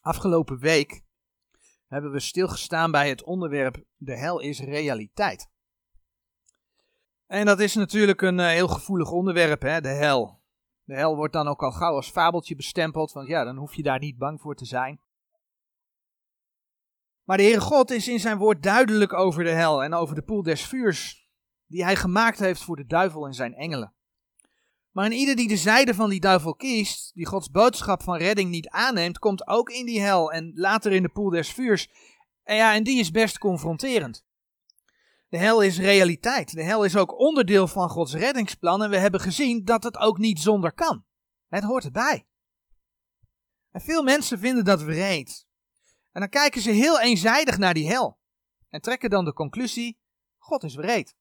Afgelopen week hebben we stilgestaan bij het onderwerp de hel is realiteit. En dat is natuurlijk een heel gevoelig onderwerp, hè, de hel. De hel wordt dan ook al gauw als fabeltje bestempeld, want ja, dan hoef je daar niet bang voor te zijn. Maar de Heere God is in zijn woord duidelijk over de hel en over de poel des vuurs, die hij gemaakt heeft voor de duivel en zijn engelen. Maar in ieder die de zijde van die duivel kiest, die Gods boodschap van redding niet aanneemt, komt ook in die hel en later in de poel des vuurs. En die is best confronterend. De hel is realiteit. De hel is ook onderdeel van Gods reddingsplan en we hebben gezien dat het ook niet zonder kan. Het hoort erbij. En veel mensen vinden dat wreed. En dan kijken ze heel eenzijdig naar die hel. En trekken dan de conclusie, God is wreed.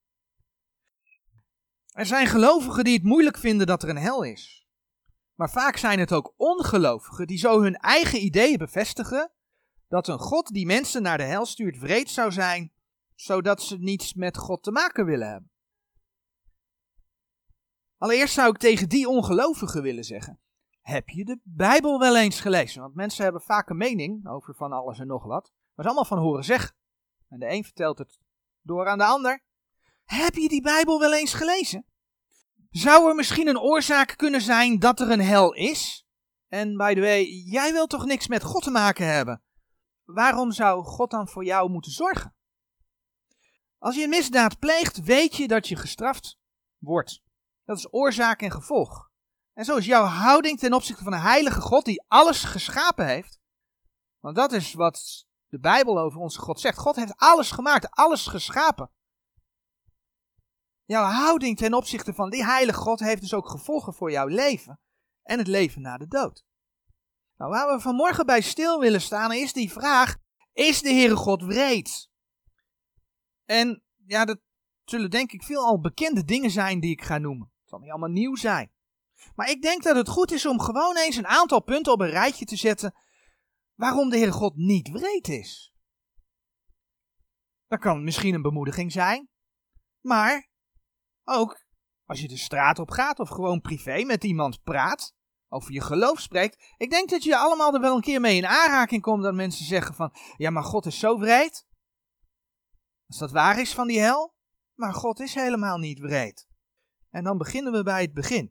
Er zijn gelovigen die het moeilijk vinden dat er een hel is. Maar vaak zijn het ook ongelovigen die zo hun eigen ideeën bevestigen dat een God die mensen naar de hel stuurt wreed zou zijn, zodat ze niets met God te maken willen hebben. Allereerst zou ik tegen die ongelovigen willen zeggen, heb je de Bijbel wel eens gelezen? Want mensen hebben vaak een mening over van alles en nog wat, maar het is allemaal van horen zeggen. En de een vertelt het door aan de ander. Heb je die Bijbel wel eens gelezen? Zou er misschien een oorzaak kunnen zijn dat er een hel is? En by the way, jij wilt toch niks met God te maken hebben? Waarom zou God dan voor jou moeten zorgen? Als je een misdaad pleegt, weet je dat je gestraft wordt. Dat is oorzaak en gevolg. En zo is jouw houding ten opzichte van een heilige God die alles geschapen heeft. Want dat is wat de Bijbel over onze God zegt. God heeft alles gemaakt, alles geschapen. Jouw houding ten opzichte van die heilige God heeft dus ook gevolgen voor jouw leven en het leven na de dood. Nou, waar we vanmorgen bij stil willen staan is die vraag, is de Heere God wreed? En ja, dat zullen denk ik veel al bekende dingen zijn die ik ga noemen. Het zal niet allemaal nieuw zijn. Maar ik denk dat het goed is om gewoon eens een aantal punten op een rijtje te zetten waarom de Heere God niet wreed is. Dat kan misschien een bemoediging zijn, maar ook als je de straat op gaat of gewoon privé met iemand praat, over je geloof spreekt. Ik denk dat je allemaal er wel een keer mee in aanraking komt dat mensen zeggen van, ja maar God is zo wreed. Als dat waar is van die hel, maar God is helemaal niet wreed. En dan beginnen we bij het begin.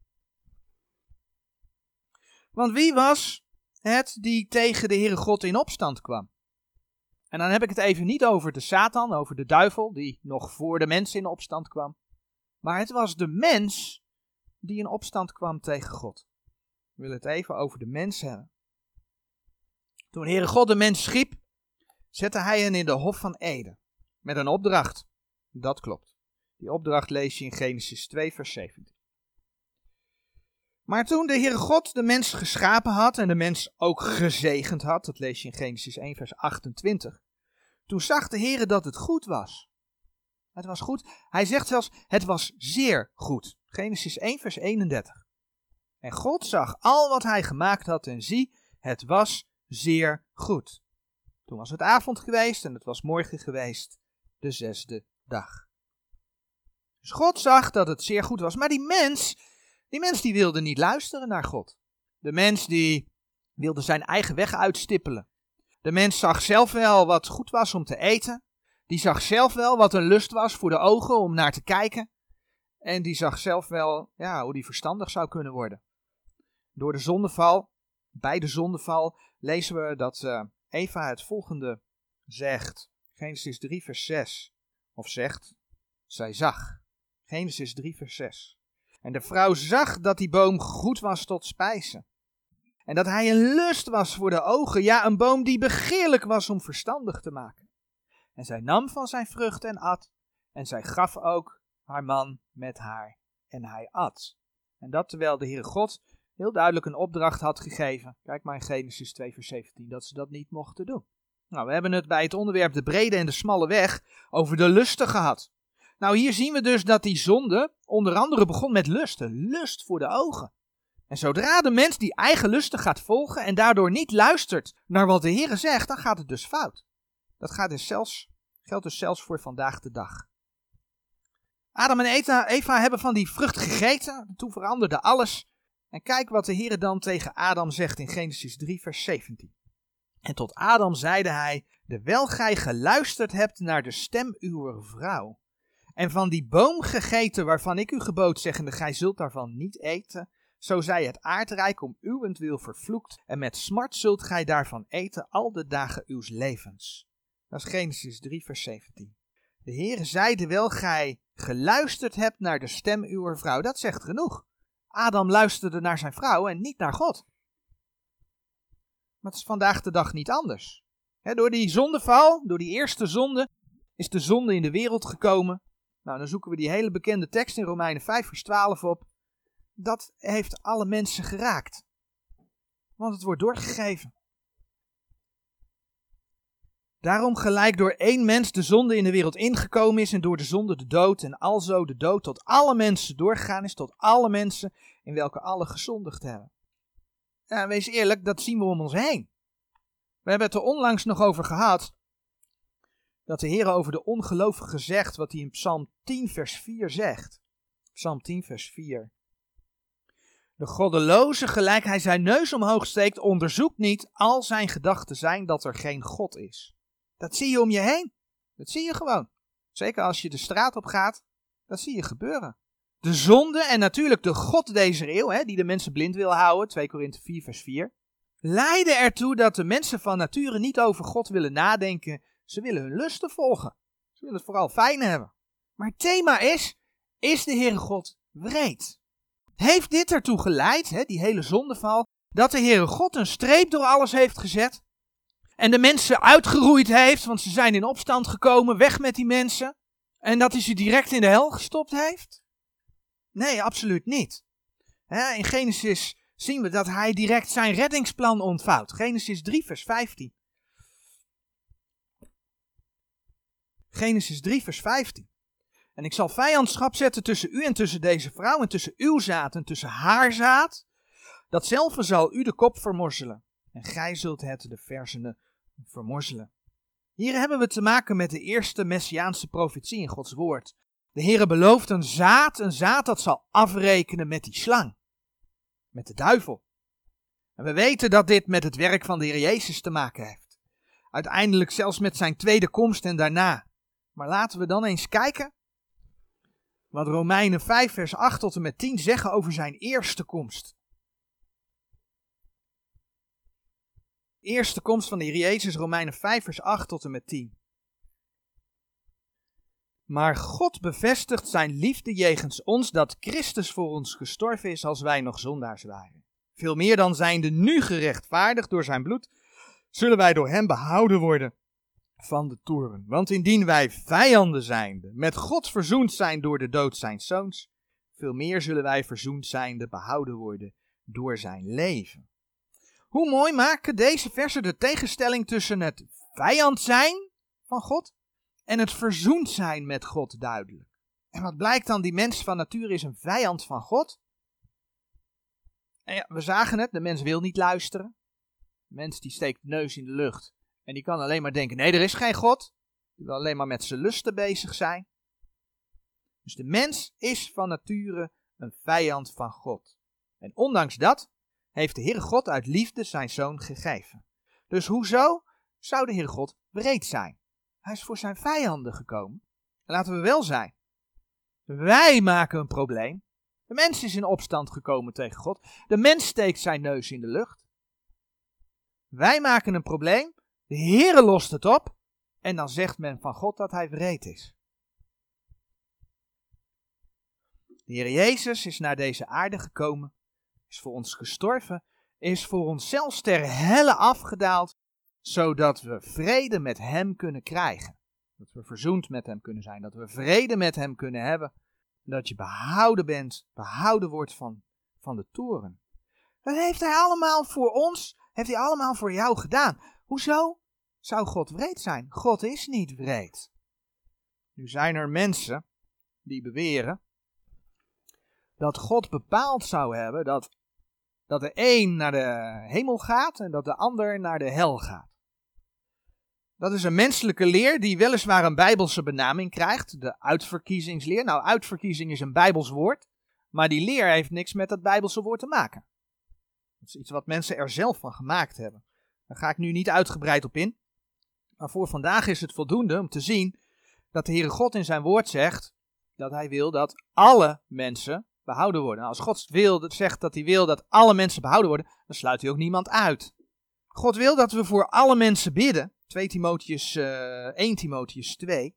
Want wie was het die tegen de Heere God in opstand kwam? En dan heb ik het even niet over de Satan, over de duivel, die nog voor de mens in opstand kwam. Maar het was de mens die in opstand kwam tegen God. We willen het even over de mens hebben. Toen de Heere God de mens schiep, zette hij hen in de Hof van Eden. Met een opdracht. Dat klopt. Die opdracht lees je in Genesis 2 vers 17. Maar toen de Heere God de mens geschapen had en de mens ook gezegend had, dat lees je in Genesis 1 vers 28. Toen zag de Heere dat het goed was. Het was goed. Hij zegt zelfs, het was zeer goed. Genesis 1 vers 31. En God zag al wat hij gemaakt had en zie, het was zeer goed. Toen was het avond geweest en het was morgen geweest, de 6e dag. Dus God zag dat het zeer goed was, maar die mens die wilde niet luisteren naar God. De mens die wilde zijn eigen weg uitstippelen. De mens zag zelf wel wat goed was om te eten. Die zag zelf wel wat een lust was voor de ogen om naar te kijken. En die zag zelf wel hoe die verstandig zou kunnen worden. Door de zondeval, bij de zondeval, lezen we dat Eva het volgende zegt. Genesis 3 vers 6. Of zegt, zij zag. Genesis 3 vers 6. En de vrouw zag dat die boom goed was tot spijzen. En dat hij een lust was voor de ogen. Ja, een boom die begeerlijk was om verstandig te maken. En zij nam van zijn vrucht en at. En zij gaf ook haar man met haar. En hij at. En dat terwijl de Heere God heel duidelijk een opdracht had gegeven. Kijk maar in Genesis 2 vers 17. Dat ze dat niet mochten doen. Nou, we hebben het bij het onderwerp de brede en de smalle weg over de lusten gehad. Nou, hier zien we dus dat die zonde onder andere begon met lusten. Lust voor de ogen. En zodra de mens die eigen lusten gaat volgen en daardoor niet luistert naar wat de Heere zegt, dan gaat het dus fout. Dat geldt dus zelfs voor vandaag de dag. Adam en Eva hebben van die vrucht gegeten, toen veranderde alles. En kijk wat de Heere dan tegen Adam zegt in Genesis 3 vers 17. En tot Adam zeide hij, dewijl gij geluisterd hebt naar de stem uwer vrouw, en van die boom gegeten waarvan ik u gebood, zeggende, gij zult daarvan niet eten, zo zij het aardrijk om uwentwil vervloekt, en met smart zult gij daarvan eten al de dagen uws levens. Dat is Genesis 3 vers 17. De Heere zei, dewijl gij geluisterd hebt naar de stem uwer vrouw. Dat zegt genoeg. Adam luisterde naar zijn vrouw en niet naar God. Maar het is vandaag de dag niet anders. Door die zondeval, door die eerste zonde, is de zonde in de wereld gekomen. Nou, dan zoeken we die hele bekende tekst in Romeinen 5 vers 12 op. Dat heeft alle mensen geraakt. Want het wordt doorgegeven. Daarom gelijk door één mens de zonde in de wereld ingekomen is en door de zonde de dood en alzo de dood tot alle mensen doorgegaan is, tot alle mensen in welke alle gezondigd hebben. Ja, wees eerlijk, dat zien we om ons heen. We hebben het er onlangs nog over gehad, dat de Heer over de ongelovigen zegt wat hij in Psalm 10 vers 4 zegt. Psalm 10 vers 4. De goddeloze, gelijk hij zijn neus omhoog steekt, onderzoekt niet, al zijn gedachten zijn dat er geen God is. Dat zie je om je heen. Dat zie je gewoon. Zeker als je de straat op gaat, dat zie je gebeuren. De zonde en natuurlijk de god deze eeuw, die de mensen blind wil houden, 2 Korinthe 4 vers 4, leiden ertoe dat de mensen van nature niet over God willen nadenken. Ze willen hun lusten volgen. Ze willen het vooral fijn hebben. Maar het thema is de Heere God wreed? Heeft dit ertoe geleid, die hele zondeval, dat de Heere God een streep door alles heeft gezet? En de mensen uitgeroeid heeft, want ze zijn in opstand gekomen, weg met die mensen. En dat hij ze direct in de hel gestopt heeft? Nee, absoluut niet. In Genesis zien we dat hij direct zijn reddingsplan ontvouwt. Genesis 3 vers 15. Genesis 3 vers 15. En ik zal vijandschap zetten tussen u en tussen deze vrouw en tussen uw zaad en tussen haar zaad. Datzelfde zal u de kop vermorzelen. En gij zult het de versenen vermorzelen. Hier hebben we te maken met de eerste messiaanse profetie in Gods woord. De Heere belooft een zaad dat zal afrekenen met die slang. Met de duivel. En we weten dat dit met het werk van de Heer Jezus te maken heeft. Uiteindelijk zelfs met zijn tweede komst en daarna. Maar laten we dan eens kijken wat Romeinen 5 vers 8 tot en met 10 zeggen over zijn eerste komst. Eerste komst van de Heer Jezus, Romeinen 5 vers 8 tot en met 10. Maar God bevestigt zijn liefde jegens ons dat Christus voor ons gestorven is als wij nog zondaars waren. Veel meer dan zijnde nu gerechtvaardigd door zijn bloed, zullen wij door hem behouden worden van de toorn. Want indien wij vijanden zijnde met God verzoend zijn door de dood zijns zoons, veel meer zullen wij verzoend zijnde behouden worden door zijn leven. Hoe mooi maken deze versen de tegenstelling tussen het vijand zijn van God en het verzoend zijn met God duidelijk. En wat blijkt dan? Die mens van nature is een vijand van God. En ja, we zagen het, de mens wil niet luisteren. De mens die steekt de neus in de lucht en die kan alleen maar denken, nee, er is geen God. Die wil alleen maar met zijn lusten bezig zijn. Dus de mens is van nature een vijand van God. En ondanks dat heeft de Heere God uit liefde zijn zoon gegeven. Dus hoezo zou de Heere God wreed zijn? Hij is voor zijn vijanden gekomen. En laten we wel zijn. Wij maken een probleem. De mens is in opstand gekomen tegen God. De mens steekt zijn neus in de lucht. Wij maken een probleem. De Heere lost het op. En dan zegt men van God dat hij wreed is. De Heer Jezus is naar deze aarde gekomen. Is voor ons gestorven. Is voor ons zelfs ter helle afgedaald. Zodat we vrede met hem kunnen krijgen. Dat we verzoend met hem kunnen zijn. Dat we vrede met hem kunnen hebben. Dat je behouden bent. Behouden wordt van de toorn. Dat heeft hij allemaal voor ons. Heeft hij allemaal voor jou gedaan. Hoezo zou God wreed zijn? God is niet wreed. Nu zijn er mensen die beweren dat God bepaald zou hebben dat de een naar de hemel gaat en dat de ander naar de hel gaat. Dat is een menselijke leer die weliswaar een bijbelse benaming krijgt, de uitverkiezingsleer. Nou, uitverkiezing is een bijbels woord, maar die leer heeft niks met dat bijbelse woord te maken. Dat is iets wat mensen er zelf van gemaakt hebben. Daar ga ik nu niet uitgebreid op in. Maar voor vandaag is het voldoende om te zien dat de Heere God in zijn woord zegt dat hij wil dat alle mensen behouden worden. Nou, als God zegt dat hij wil dat alle mensen behouden worden, dan sluit hij ook niemand uit. God wil dat we voor alle mensen bidden. 1 Timotheus 2.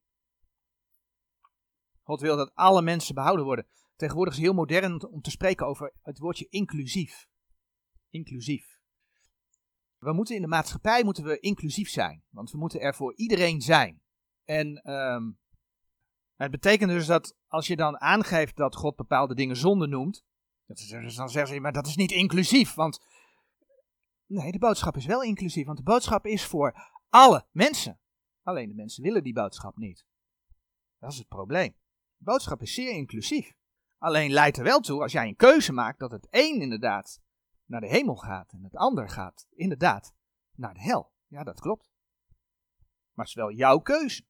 God wil dat alle mensen behouden worden. Tegenwoordig is het heel modern om te spreken over het woordje inclusief. Inclusief. We moeten in de maatschappij inclusief zijn. Want we moeten er voor iedereen zijn. En het betekent dus dat als je dan aangeeft dat God bepaalde dingen zonde noemt. Dan zeggen ze, maar dat is niet inclusief. Want nee, de boodschap is wel inclusief. Want de boodschap is voor alle mensen. Alleen de mensen willen die boodschap niet. Dat is het probleem. De boodschap is zeer inclusief. Alleen leidt er wel toe, als jij een keuze maakt, dat het een inderdaad naar de hemel gaat en het ander gaat inderdaad naar de hel. Ja, dat klopt. Maar het is wel jouw keuze.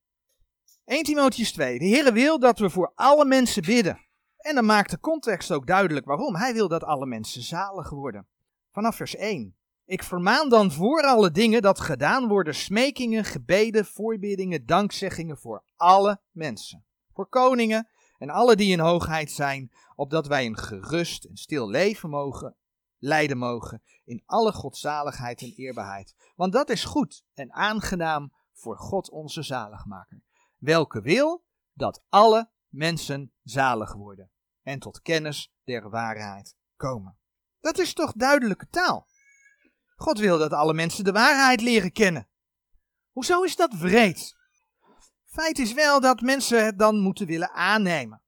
1 Timotheus 2. De Heere wil dat we voor alle mensen bidden. En dan maakt de context ook duidelijk waarom. Hij wil dat alle mensen zalig worden. Vanaf vers 1. Ik vermaan dan voor alle dingen dat gedaan worden smekingen, gebeden, voorbiddingen, dankzeggingen voor alle mensen. Voor koningen en alle die in hoogheid zijn, opdat wij een gerust en stil leven leiden mogen in alle godzaligheid en eerbaarheid. Want dat is goed en aangenaam voor God onze zaligmaker. Welke wil dat alle mensen zalig worden en tot kennis der waarheid komen. Dat is toch duidelijke taal? God wil dat alle mensen de waarheid leren kennen. Hoezo is dat wreed? Feit is wel dat mensen het dan moeten willen aannemen.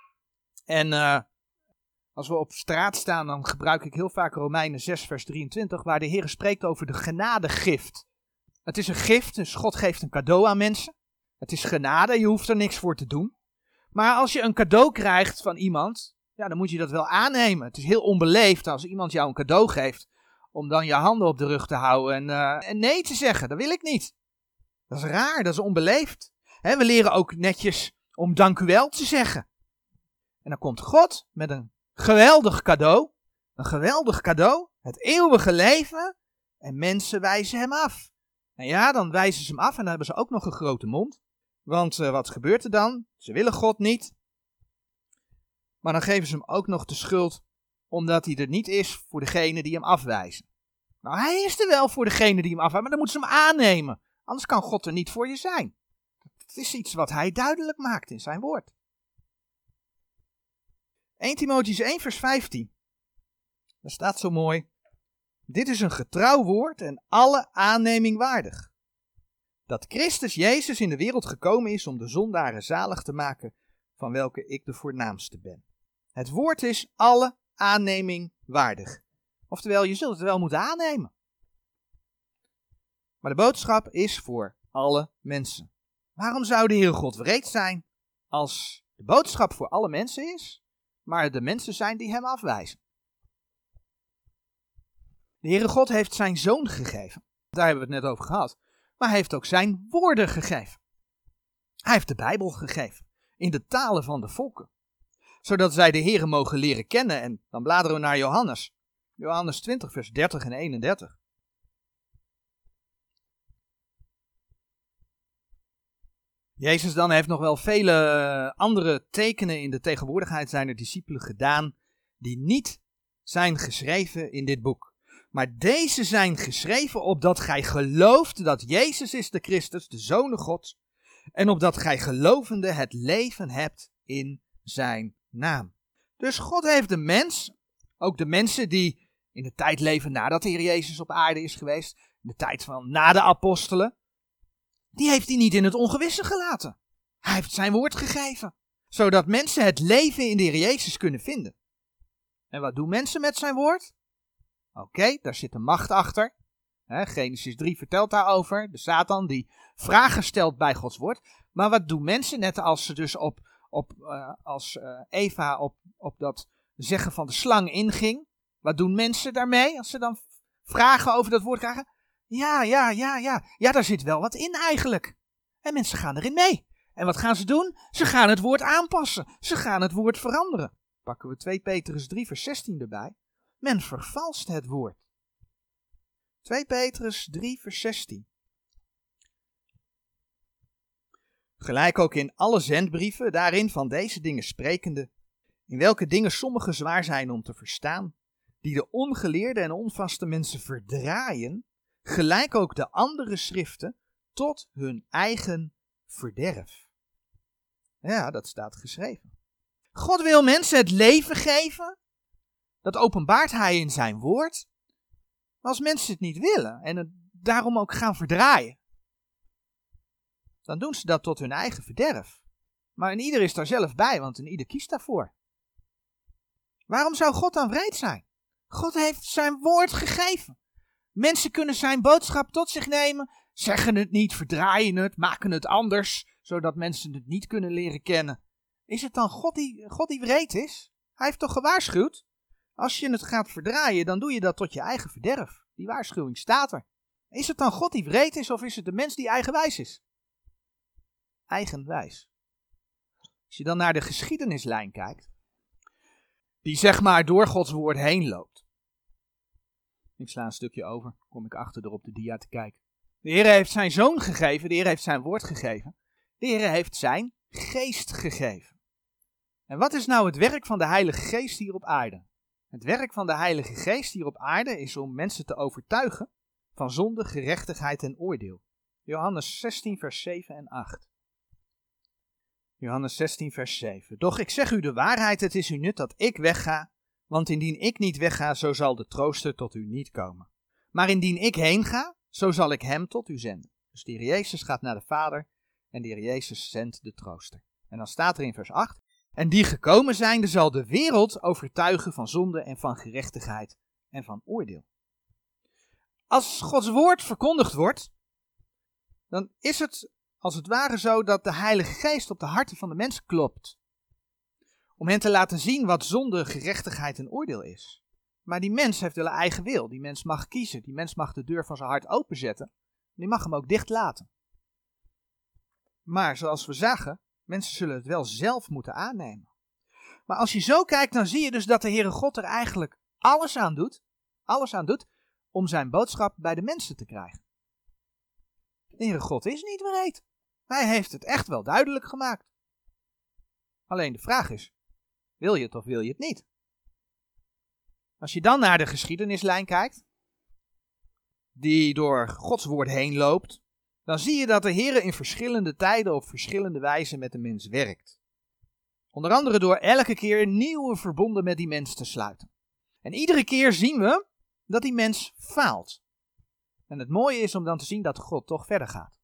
En als we op straat staan, dan gebruik ik heel vaak Romeinen 6 vers 23, waar de Heer spreekt over de genadegift. Het is een gift, dus God geeft een cadeau aan mensen. Het is genade, je hoeft er niks voor te doen. Maar als je een cadeau krijgt van iemand, ja, dan moet je dat wel aannemen. Het is heel onbeleefd als iemand jou een cadeau geeft, om dan je handen op de rug te houden en nee te zeggen. Dat wil ik niet. Dat is raar, dat is onbeleefd. We leren ook netjes om dank u wel te zeggen. En dan komt God met een geweldig cadeau. Een geweldig cadeau. Het eeuwige leven. En mensen wijzen hem af. En ja, dan wijzen ze hem af en dan hebben ze ook nog een grote mond. Want wat gebeurt er dan? Ze willen God niet. Maar dan geven ze hem ook nog de schuld omdat hij er niet is voor degene die hem afwijzen. Nou, hij is er wel voor degene die hem afwijzen, maar dan moeten ze hem aannemen. Anders kan God er niet voor je zijn. Het is iets wat hij duidelijk maakt in zijn woord. 1 Timotheus 1 vers 15. Daar staat zo mooi. Dit is een getrouw woord en alle aanneming waardig. Dat Christus Jezus in de wereld gekomen is om de zondaren zalig te maken, van welke ik de voornaamste ben. Het woord is alle aanneming waardig. Oftewel, je zult het wel moeten aannemen. Maar de boodschap is voor alle mensen. Waarom zou de Heere God wreed zijn als de boodschap voor alle mensen is, maar de mensen zijn die hem afwijzen? De Heere God heeft zijn zoon gegeven. Daar hebben we het net over gehad. Maar hij heeft ook zijn woorden gegeven. Hij heeft de Bijbel gegeven. In de talen van de volken. Zodat zij de Heere mogen leren kennen. En dan bladeren we naar Johannes. Johannes 20 vers 30 en 31. Jezus dan heeft nog wel vele andere tekenen in de tegenwoordigheid zijner discipelen gedaan. Die niet zijn geschreven in dit boek. Maar deze zijn geschreven opdat gij gelooft dat Jezus is de Christus, de Zoon Gods. En opdat gij gelovende het leven hebt in zijn naam. Dus God heeft de mens, ook de mensen die in de tijd leven nadat de Heer Jezus op aarde is geweest. In de tijd van na de apostelen. Die heeft hij niet in het ongewisse gelaten. Hij heeft zijn woord gegeven. Zodat mensen het leven in de Heer Jezus kunnen vinden. En wat doen mensen met zijn woord? Oké, daar zit een macht achter. Genesis 3 vertelt daarover. De Satan die vragen stelt bij Gods woord. Maar wat doen mensen? Net als ze dus als Eva op dat zeggen van de slang inging. Wat doen mensen daarmee? Als ze dan vragen over dat woord krijgen. Ja, daar zit wel wat in eigenlijk. En mensen gaan erin mee. En wat gaan ze doen? Ze gaan het woord aanpassen. Ze gaan het woord veranderen. Pakken we 2 Petrus 3 vers 16 erbij. Men vervalst het woord. 2 Petrus 3 vers 16. Gelijk ook in alle zendbrieven, daarin van deze dingen sprekende, in welke dingen sommige zwaar zijn om te verstaan, die de ongeleerde en onvaste mensen verdraaien, gelijk ook de andere schriften, tot hun eigen verderf. Ja, dat staat geschreven. God wil mensen het leven geven, dat openbaart hij in zijn woord, maar als mensen het niet willen en het daarom ook gaan verdraaien, dan doen ze dat tot hun eigen verderf. Maar een ieder is daar zelf bij, want een ieder kiest daarvoor. Waarom zou God dan wreed zijn? God heeft zijn woord gegeven. Mensen kunnen zijn boodschap tot zich nemen, zeggen het niet, verdraaien het, maken het anders, zodat mensen het niet kunnen leren kennen. Is het dan God die wreed is? Hij heeft toch gewaarschuwd? Als je het gaat verdraaien, dan doe je dat tot je eigen verderf. Die waarschuwing staat er. Is het dan God die wreed is, of is het de mens die eigenwijs is? Eigenwijs. Als je dan naar de geschiedenislijn kijkt, die zeg maar door Gods woord heen loopt. Ik sla een stukje over, kom ik achter door op de dia te kijken. De Heer heeft zijn zoon gegeven, de Heer heeft zijn woord gegeven. De Heer heeft zijn geest gegeven. En wat is nou het werk van de Heilige Geest hier op aarde? Het werk van de Heilige Geest hier op aarde is om mensen te overtuigen van zonde, gerechtigheid en oordeel. Johannes 16 vers 7 en 8. Johannes 16 vers 7. Doch ik zeg u de waarheid, het is u nut dat ik wegga, want indien ik niet wegga, zo zal de trooster tot u niet komen. Maar indien ik heen ga, zo zal ik hem tot u zenden. Dus de Heer Jezus gaat naar de Vader en de Heer Jezus zendt de trooster. En dan staat er in vers 8, en die gekomen zijnde zal de wereld overtuigen van zonde en van gerechtigheid en van oordeel. Als Gods woord verkondigd wordt, dan is het als het ware zo dat de Heilige Geest op de harten van de mensen klopt. Om hen te laten zien wat zonde, gerechtigheid en oordeel is. Maar die mens heeft wel een eigen wil. Die mens mag kiezen. Die mens mag de deur van zijn hart openzetten. Die mag hem ook dicht laten. Maar zoals we zagen, mensen zullen het wel zelf moeten aannemen. Maar als je zo kijkt, dan zie je dus dat de Heere God er eigenlijk alles aan doet om zijn boodschap bij de mensen te krijgen. De Heere God is niet wreed. Hij heeft het echt wel duidelijk gemaakt. Alleen de vraag is, wil je het of wil je het niet? Als je dan naar de geschiedenislijn kijkt, die door Gods woord heen loopt, dan zie je dat de Heere in verschillende tijden op verschillende wijzen met de mens werkt. Onder andere door elke keer nieuwe verbonden met die mens te sluiten. En iedere keer zien we dat die mens faalt. En het mooie is om dan te zien dat God toch verder gaat.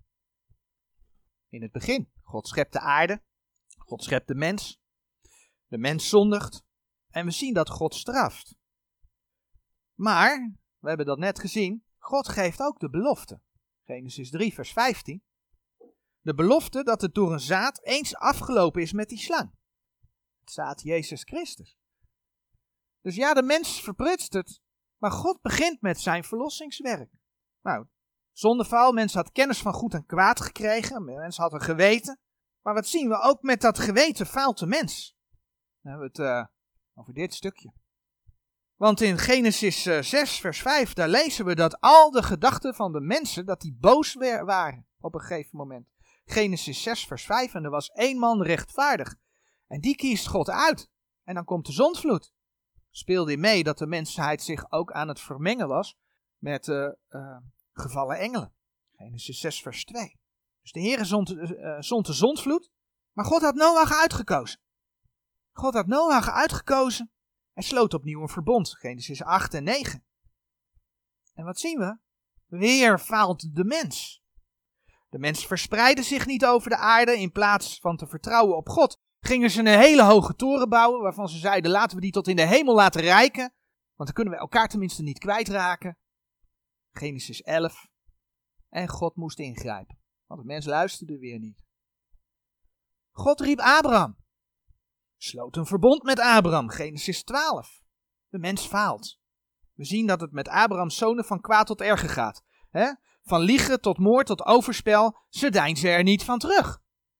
In het begin, God schept de aarde, God schept de mens zondigt en we zien dat God straft. Maar, we hebben dat net gezien, God geeft ook de belofte. Genesis 3 vers 15. De belofte dat het door een zaad eens afgelopen is met die slang. Het zaad Jezus Christus. Dus ja, de mens verprutst het, maar God begint met zijn verlossingswerk. Nou, zondeval, mens had kennis van goed en kwaad gekregen, mens had een geweten. Maar wat zien we? Ook met dat geweten faalt de mens. Dan hebben we het over dit stukje. Want in Genesis 6 vers 5, daar lezen we dat al de gedachten van de mensen, dat die boos waren op een gegeven moment. Genesis 6 vers 5, en er was 1 man rechtvaardig. En die kiest God uit. En dan komt de zondvloed. Speelde in mee dat de mensheid zich ook aan het vermengen was met gevallen engelen. Genesis 6 vers 2. Dus de Heere zond de zondvloed, maar God had Noach uitgekozen. God had Noach uitgekozen en sloot opnieuw een verbond. Genesis 8 en 9. En wat zien we? Weer faalt de mens. De mens verspreidde zich niet over de aarde. In plaats van te vertrouwen op God, gingen ze een hele hoge toren bouwen, waarvan ze zeiden, laten we die tot in de hemel laten reiken, want dan kunnen we elkaar tenminste niet kwijtraken. Genesis 11. En God moest ingrijpen, want de mens luisterde weer niet. God riep Abraham. Sloot een verbond met Abraham. Genesis 12. De mens faalt. We zien dat het met Abrahams zonen van kwaad tot erger gaat. Van liegen tot moord tot overspel. Ze deinzen er niet van terug.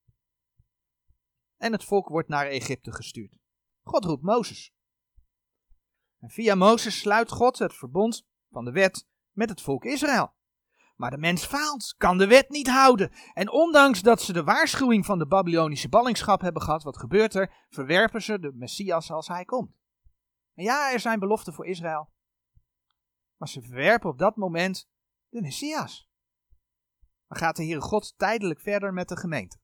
En het volk wordt naar Egypte gestuurd. God roept Mozes. En via Mozes sluit God het verbond van de wet met het volk Israël. Maar de mens faalt, kan de wet niet houden. En ondanks dat ze de waarschuwing van de Babylonische ballingschap hebben gehad, wat gebeurt er? Verwerpen ze de Messias als hij komt. En ja, er zijn beloften voor Israël. Maar ze verwerpen op dat moment de Messias. Dan gaat de Heere God tijdelijk verder met de gemeente.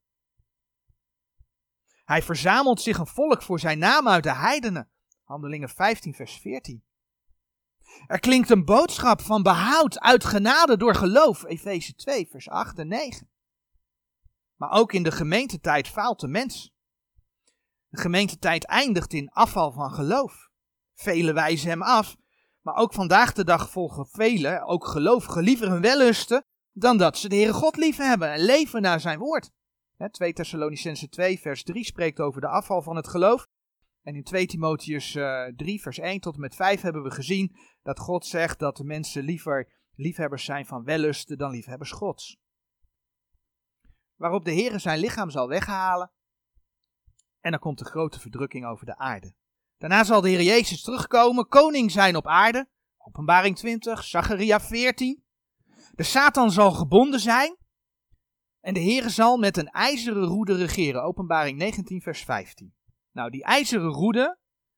Hij verzamelt zich een volk voor zijn naam uit de heidenen. Handelingen 15 vers 14. Er klinkt een boodschap van behoud uit genade door geloof. Efeze 2 vers 8 en 9. Maar ook in de gemeentetijd faalt de mens. De gemeentetijd eindigt in afval van geloof. Velen wijzen hem af. Maar ook vandaag de dag volgen velen, ook gelovigen, liever hun wellusten dan dat ze de Heere God lief hebben en leven naar zijn woord. 2 Thessalonicenzen 2 vers 3 spreekt over de afval van het geloof. En in 2 Timotheüs 3 vers 1 tot en met 5 hebben we gezien dat God zegt dat de mensen liever liefhebbers zijn van wellusten dan liefhebbers Gods. Waarop de Heere zijn lichaam zal weghalen en dan komt de grote verdrukking over de aarde. Daarna zal de Heer Jezus terugkomen, koning zijn op aarde. Openbaring 20, Zacharia 14. De Satan zal gebonden zijn. En de Heer zal met een ijzeren roede regeren. Openbaring 19 vers 15. Nou, die ijzeren roede,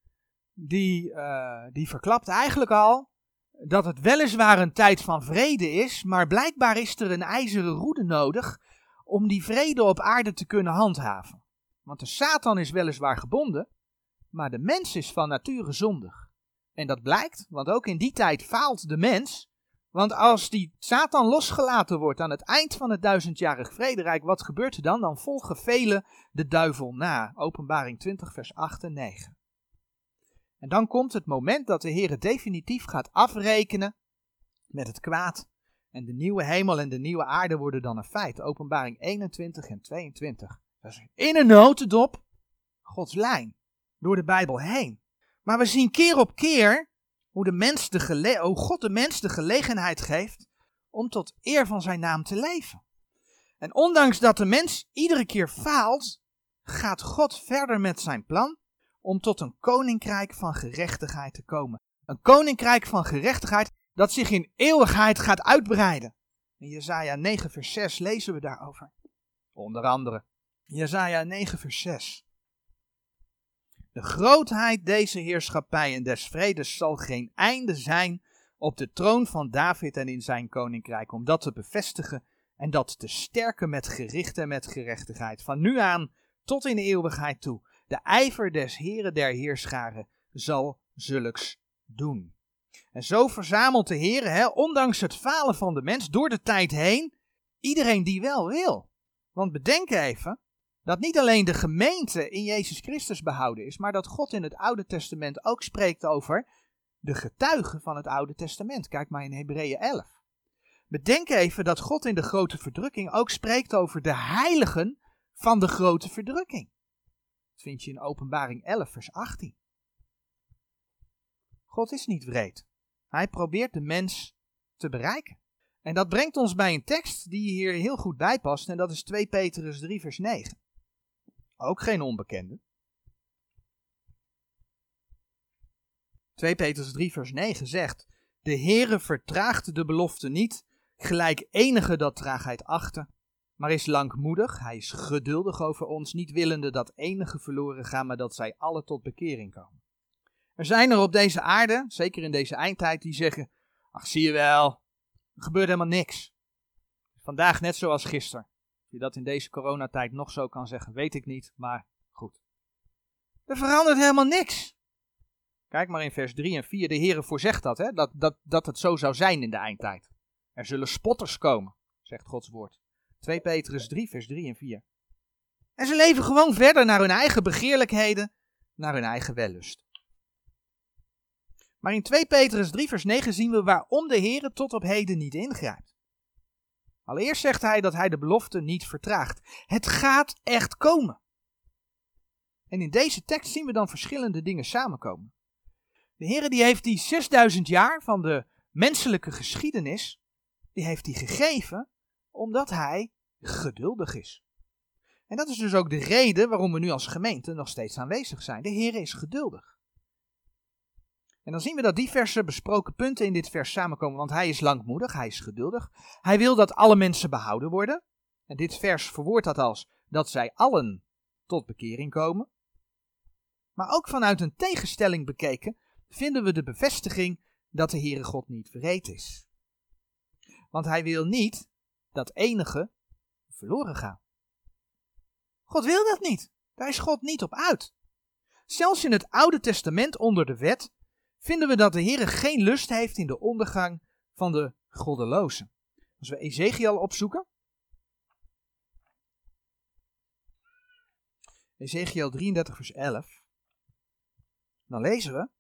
die verklapt eigenlijk al dat het weliswaar een tijd van vrede is, maar blijkbaar is er een ijzeren roede nodig om die vrede op aarde te kunnen handhaven. Want de Satan is weliswaar gebonden, maar de mens is van nature zondig. En dat blijkt, want ook in die tijd faalt de mens. Want als die Satan losgelaten wordt aan het eind van het 1000-jarig vrederijk, wat gebeurt er dan? Dan volgen velen de duivel na. Openbaring 20 vers 8 en 9. En dan komt het moment dat de Heer definitief gaat afrekenen met het kwaad. En de nieuwe hemel en de nieuwe aarde worden dan een feit. Openbaring 21 en 22. Dat is in een notendop Gods lijn. Door de Bijbel heen. Maar we zien keer op keer hoe God de mens de gelegenheid geeft om tot eer van zijn naam te leven. En ondanks dat de mens iedere keer faalt, gaat God verder met zijn plan om tot een koninkrijk van gerechtigheid te komen. Een koninkrijk van gerechtigheid dat zich in eeuwigheid gaat uitbreiden. In Jesaja 9 vers 6 lezen we daarover. Onder andere Jesaja 9 vers 6. De grootheid deze heerschappij en des vredes zal geen einde zijn op de troon van David en in zijn koninkrijk, om dat te bevestigen en dat te sterken met gericht en met gerechtigheid, van nu aan tot in de eeuwigheid toe. De ijver des Heren der heerscharen zal zulks doen. En zo verzamelt de Heer, ondanks het falen van de mens, door de tijd heen, iedereen die wel wil. Want bedenk even dat niet alleen de gemeente in Jezus Christus behouden is, maar dat God in het Oude Testament ook spreekt over de getuigen van het Oude Testament. Kijk maar in Hebreeën 11. Bedenk even dat God in de grote verdrukking ook spreekt over de heiligen van de grote verdrukking. Dat vind je in Openbaring 11 vers 18. God is niet wreed. Hij probeert de mens te bereiken. En dat brengt ons bij een tekst die hier heel goed bij past en dat is 2 Petrus 3 vers 9. Ook geen onbekende. 2 Petrus 3 vers 9 zegt: De Heere vertraagt de belofte niet, gelijk enige dat traagheid achten, maar is langmoedig, hij is geduldig over ons, niet willende dat enige verloren gaan, maar dat zij alle tot bekering komen. Er zijn er op deze aarde, zeker in deze eindtijd, die zeggen: ach, zie je wel, er gebeurt helemaal niks. Vandaag net zoals gisteren. Of je dat in deze coronatijd nog zo kan zeggen, weet ik niet, maar goed. Er verandert helemaal niks. Kijk maar in vers 3 en 4, de Heere voorzegt dat, dat het zo zou zijn in de eindtijd. Er zullen spotters komen, zegt Gods woord. 2 Petrus 3 vers 3 en 4. En ze leven gewoon verder naar hun eigen begeerlijkheden, naar hun eigen wellust. Maar in 2 Petrus 3 vers 9 zien we waarom de Heere tot op heden niet ingrijpt. Allereerst zegt hij dat hij de belofte niet vertraagt. Het gaat echt komen. En in deze tekst zien we dan verschillende dingen samenkomen. De Heere die heeft die 6000 jaar van de menselijke geschiedenis, die heeft hij gegeven omdat hij geduldig is. En dat is dus ook de reden waarom we nu als gemeente nog steeds aanwezig zijn. De Heere is geduldig. En dan zien we dat diverse besproken punten in dit vers samenkomen, want hij is langmoedig, hij is geduldig. Hij wil dat alle mensen behouden worden. En dit vers verwoordt dat als dat zij allen tot bekering komen. Maar ook vanuit een tegenstelling bekeken vinden we de bevestiging dat de Heere God niet wreed is. Want hij wil niet dat enigen verloren gaan. God wil dat niet. Daar is God niet op uit. Zelfs in het Oude Testament onder de wet vinden we dat de Heere geen lust heeft in de ondergang van de goddelozen. Als we Ezekiel opzoeken. Ezekiel 33 vers 11. Dan lezen we.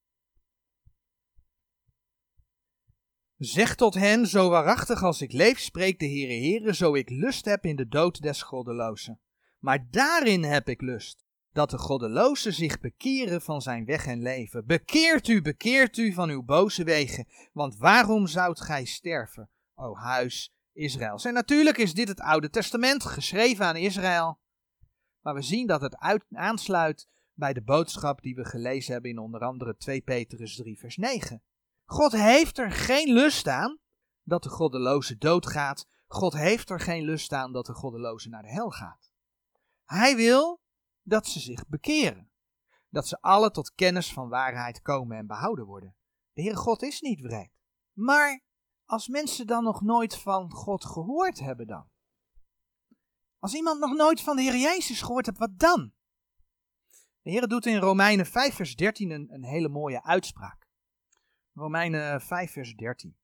Zeg tot hen, zo waarachtig als ik leef, spreekt de Heere, zo ik lust heb in de dood des goddelozen. Maar daarin heb ik lust, dat de goddelozen zich bekeren van zijn weg en leven. Bekeert u van uw boze wegen, want waarom zoudt gij sterven, o huis Israëls? En natuurlijk is dit het Oude Testament, geschreven aan Israël. Maar we zien dat het aansluit bij de boodschap die we gelezen hebben in onder andere 2 Petrus 3 vers 9. God heeft er geen lust aan dat de goddeloze doodgaat. God heeft er geen lust aan dat de goddeloze naar de hel gaat. Hij wil dat ze zich bekeren. Dat ze alle tot kennis van waarheid komen en behouden worden. De Heere God is niet wreed. Maar als mensen dan nog nooit van God gehoord hebben dan? Als iemand nog nooit van de Heer Jezus gehoord heeft, wat dan? De Heer doet in Romeinen 5 vers 13 een hele mooie uitspraak. Romeinen 5 vers 13.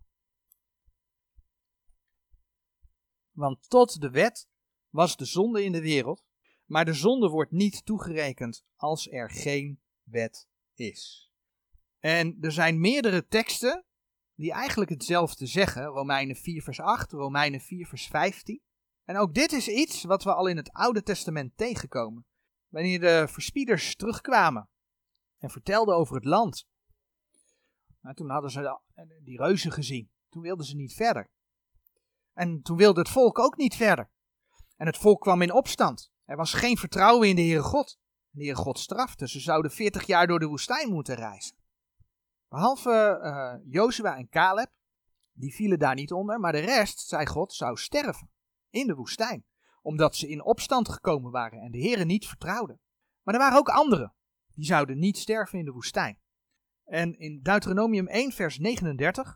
Want tot de wet was de zonde in de wereld, maar de zonde wordt niet toegerekend als er geen wet is. En er zijn meerdere teksten die eigenlijk hetzelfde zeggen. Romeinen 4 vers 8, Romeinen 4 vers 15. En ook dit is iets wat we al in het Oude Testament tegenkomen. Wanneer de verspieders terugkwamen en vertelden over het land. Nou, toen hadden ze die reuzen gezien. Toen wilden ze niet verder. En toen wilde het volk ook niet verder. En het volk kwam in opstand. Er was geen vertrouwen in de Heere God. De Heere God strafte. Ze zouden 40 jaar door de woestijn moeten reizen. Behalve Jozua en Caleb. Die vielen daar niet onder. Maar de rest, zei God, zou sterven. In de woestijn. Omdat ze in opstand gekomen waren en de Heere niet vertrouwden. Maar er waren ook anderen. Die zouden niet sterven in de woestijn. En in Deuteronomium 1 vers 39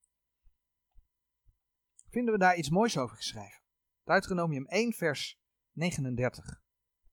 vinden we daar iets moois over geschreven. Deuteronomium 1 vers 39.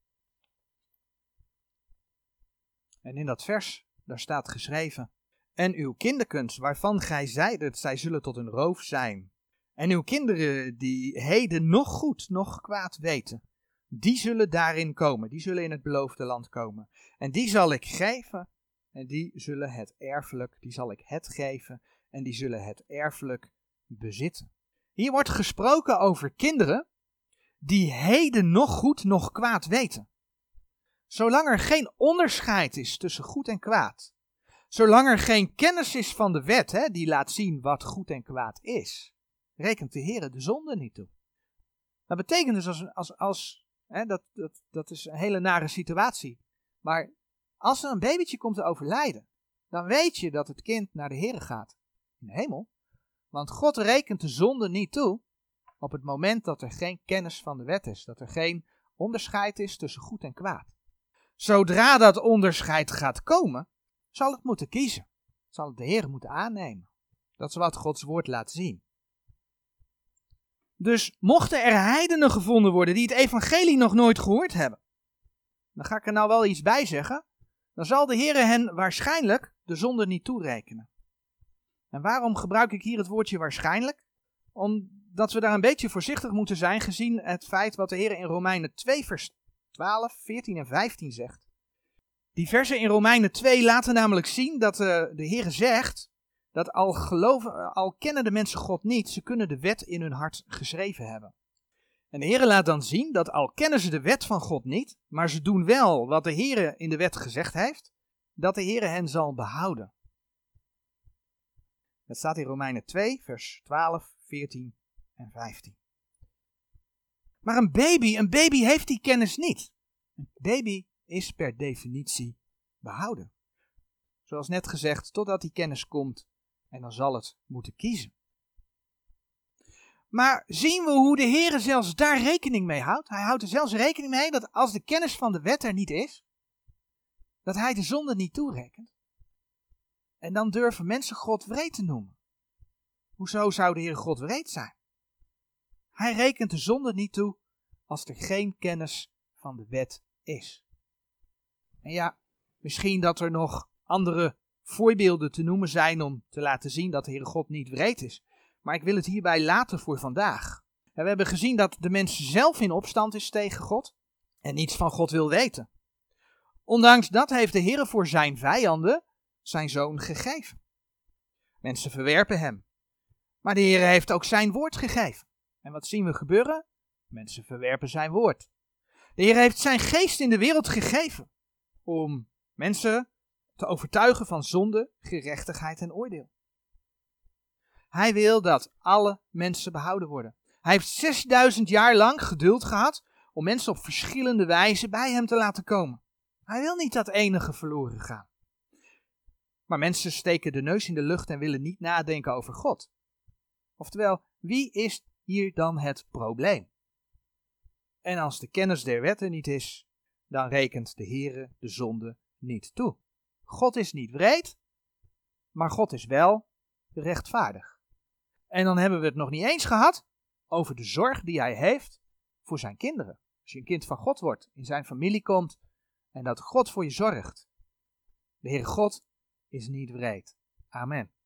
En in dat vers, daar staat geschreven. En uw kinderkens, waarvan gij zeidet, zij zullen tot een roof zijn. En uw kinderen die heden nog goed, nog kwaad weten, die zullen daarin komen. Die zullen in het beloofde land komen. En die zal ik geven. En die zullen het erfelijk, die zal ik het geven. En die zullen het erfelijk bezitten. Hier wordt gesproken over kinderen die heden nog goed, nog kwaad weten. Zolang er geen onderscheid is tussen goed en kwaad. Zolang er geen kennis is van de wet, die laat zien wat goed en kwaad is. Rekent de Heere de zonde niet toe. Dat betekent dus dat is een hele nare situatie. Maar als er een babytje komt te overlijden, dan weet je dat het kind naar de Heere gaat in de hemel. Want God rekent de zonde niet toe op het moment dat er geen kennis van de wet is. Dat er geen onderscheid is tussen goed en kwaad. Zodra dat onderscheid gaat komen, zal het moeten kiezen. Zal het de Heere moeten aannemen. Dat is wat Gods woord laat zien. Dus mochten er heidenen gevonden worden die het evangelie nog nooit gehoord hebben, dan ga ik er nou wel iets bij zeggen, dan zal de Heere hen waarschijnlijk de zonde niet toerekenen. En waarom gebruik ik hier het woordje waarschijnlijk? Omdat we daar een beetje voorzichtig moeten zijn gezien het feit wat de Heere in Romeinen 2 vers 12, 14 en 15 zegt. Die versen in Romeinen 2 laten namelijk zien dat de Heere zegt dat al kennen de mensen God niet, ze kunnen de wet in hun hart geschreven hebben. En de Heere laat dan zien dat al kennen ze de wet van God niet, maar ze doen wel wat de Heere in de wet gezegd heeft, dat de Heere hen zal behouden. Dat staat in Romeinen 2, vers 12, 14 en 15. Maar een baby heeft die kennis niet. Een baby is per definitie behouden. Zoals net gezegd, totdat die kennis komt en dan zal het moeten kiezen. Maar zien we hoe de Heere zelfs daar rekening mee houdt? Hij houdt er zelfs rekening mee dat als de kennis van de wet er niet is, dat hij de zonde niet toerekent. En dan durven mensen God wreed te noemen. Hoezo zou de Heere God wreed zijn? Hij rekent de zonde niet toe als er geen kennis van de wet is. En ja, misschien dat er nog andere voorbeelden te noemen zijn om te laten zien dat de Heere God niet wreed is. Maar ik wil het hierbij laten voor vandaag. En we hebben gezien dat de mens zelf in opstand is tegen God en niets van God wil weten. Ondanks dat heeft de Heere voor zijn vijanden zijn zoon gegeven. Mensen verwerpen hem. Maar de Heere heeft ook zijn woord gegeven. En wat zien we gebeuren? Mensen verwerpen zijn woord. De Heere heeft zijn geest in de wereld gegeven om mensen te overtuigen van zonde, gerechtigheid en oordeel. Hij wil dat alle mensen behouden worden. Hij heeft 6000 jaar lang geduld gehad om mensen op verschillende wijzen bij hem te laten komen. Hij wil niet dat enige verloren gaan. Maar mensen steken de neus in de lucht en willen niet nadenken over God. Oftewel, wie is hier dan het probleem? En als de kennis der wetten niet is, dan rekent de Heere de zonde niet toe. God is niet wreed, maar God is wel rechtvaardig. En dan hebben we het nog niet eens gehad over de zorg die hij heeft voor zijn kinderen. Als je een kind van God wordt, in zijn familie komt en dat God voor je zorgt. De Heere God is niet wreed. Amen.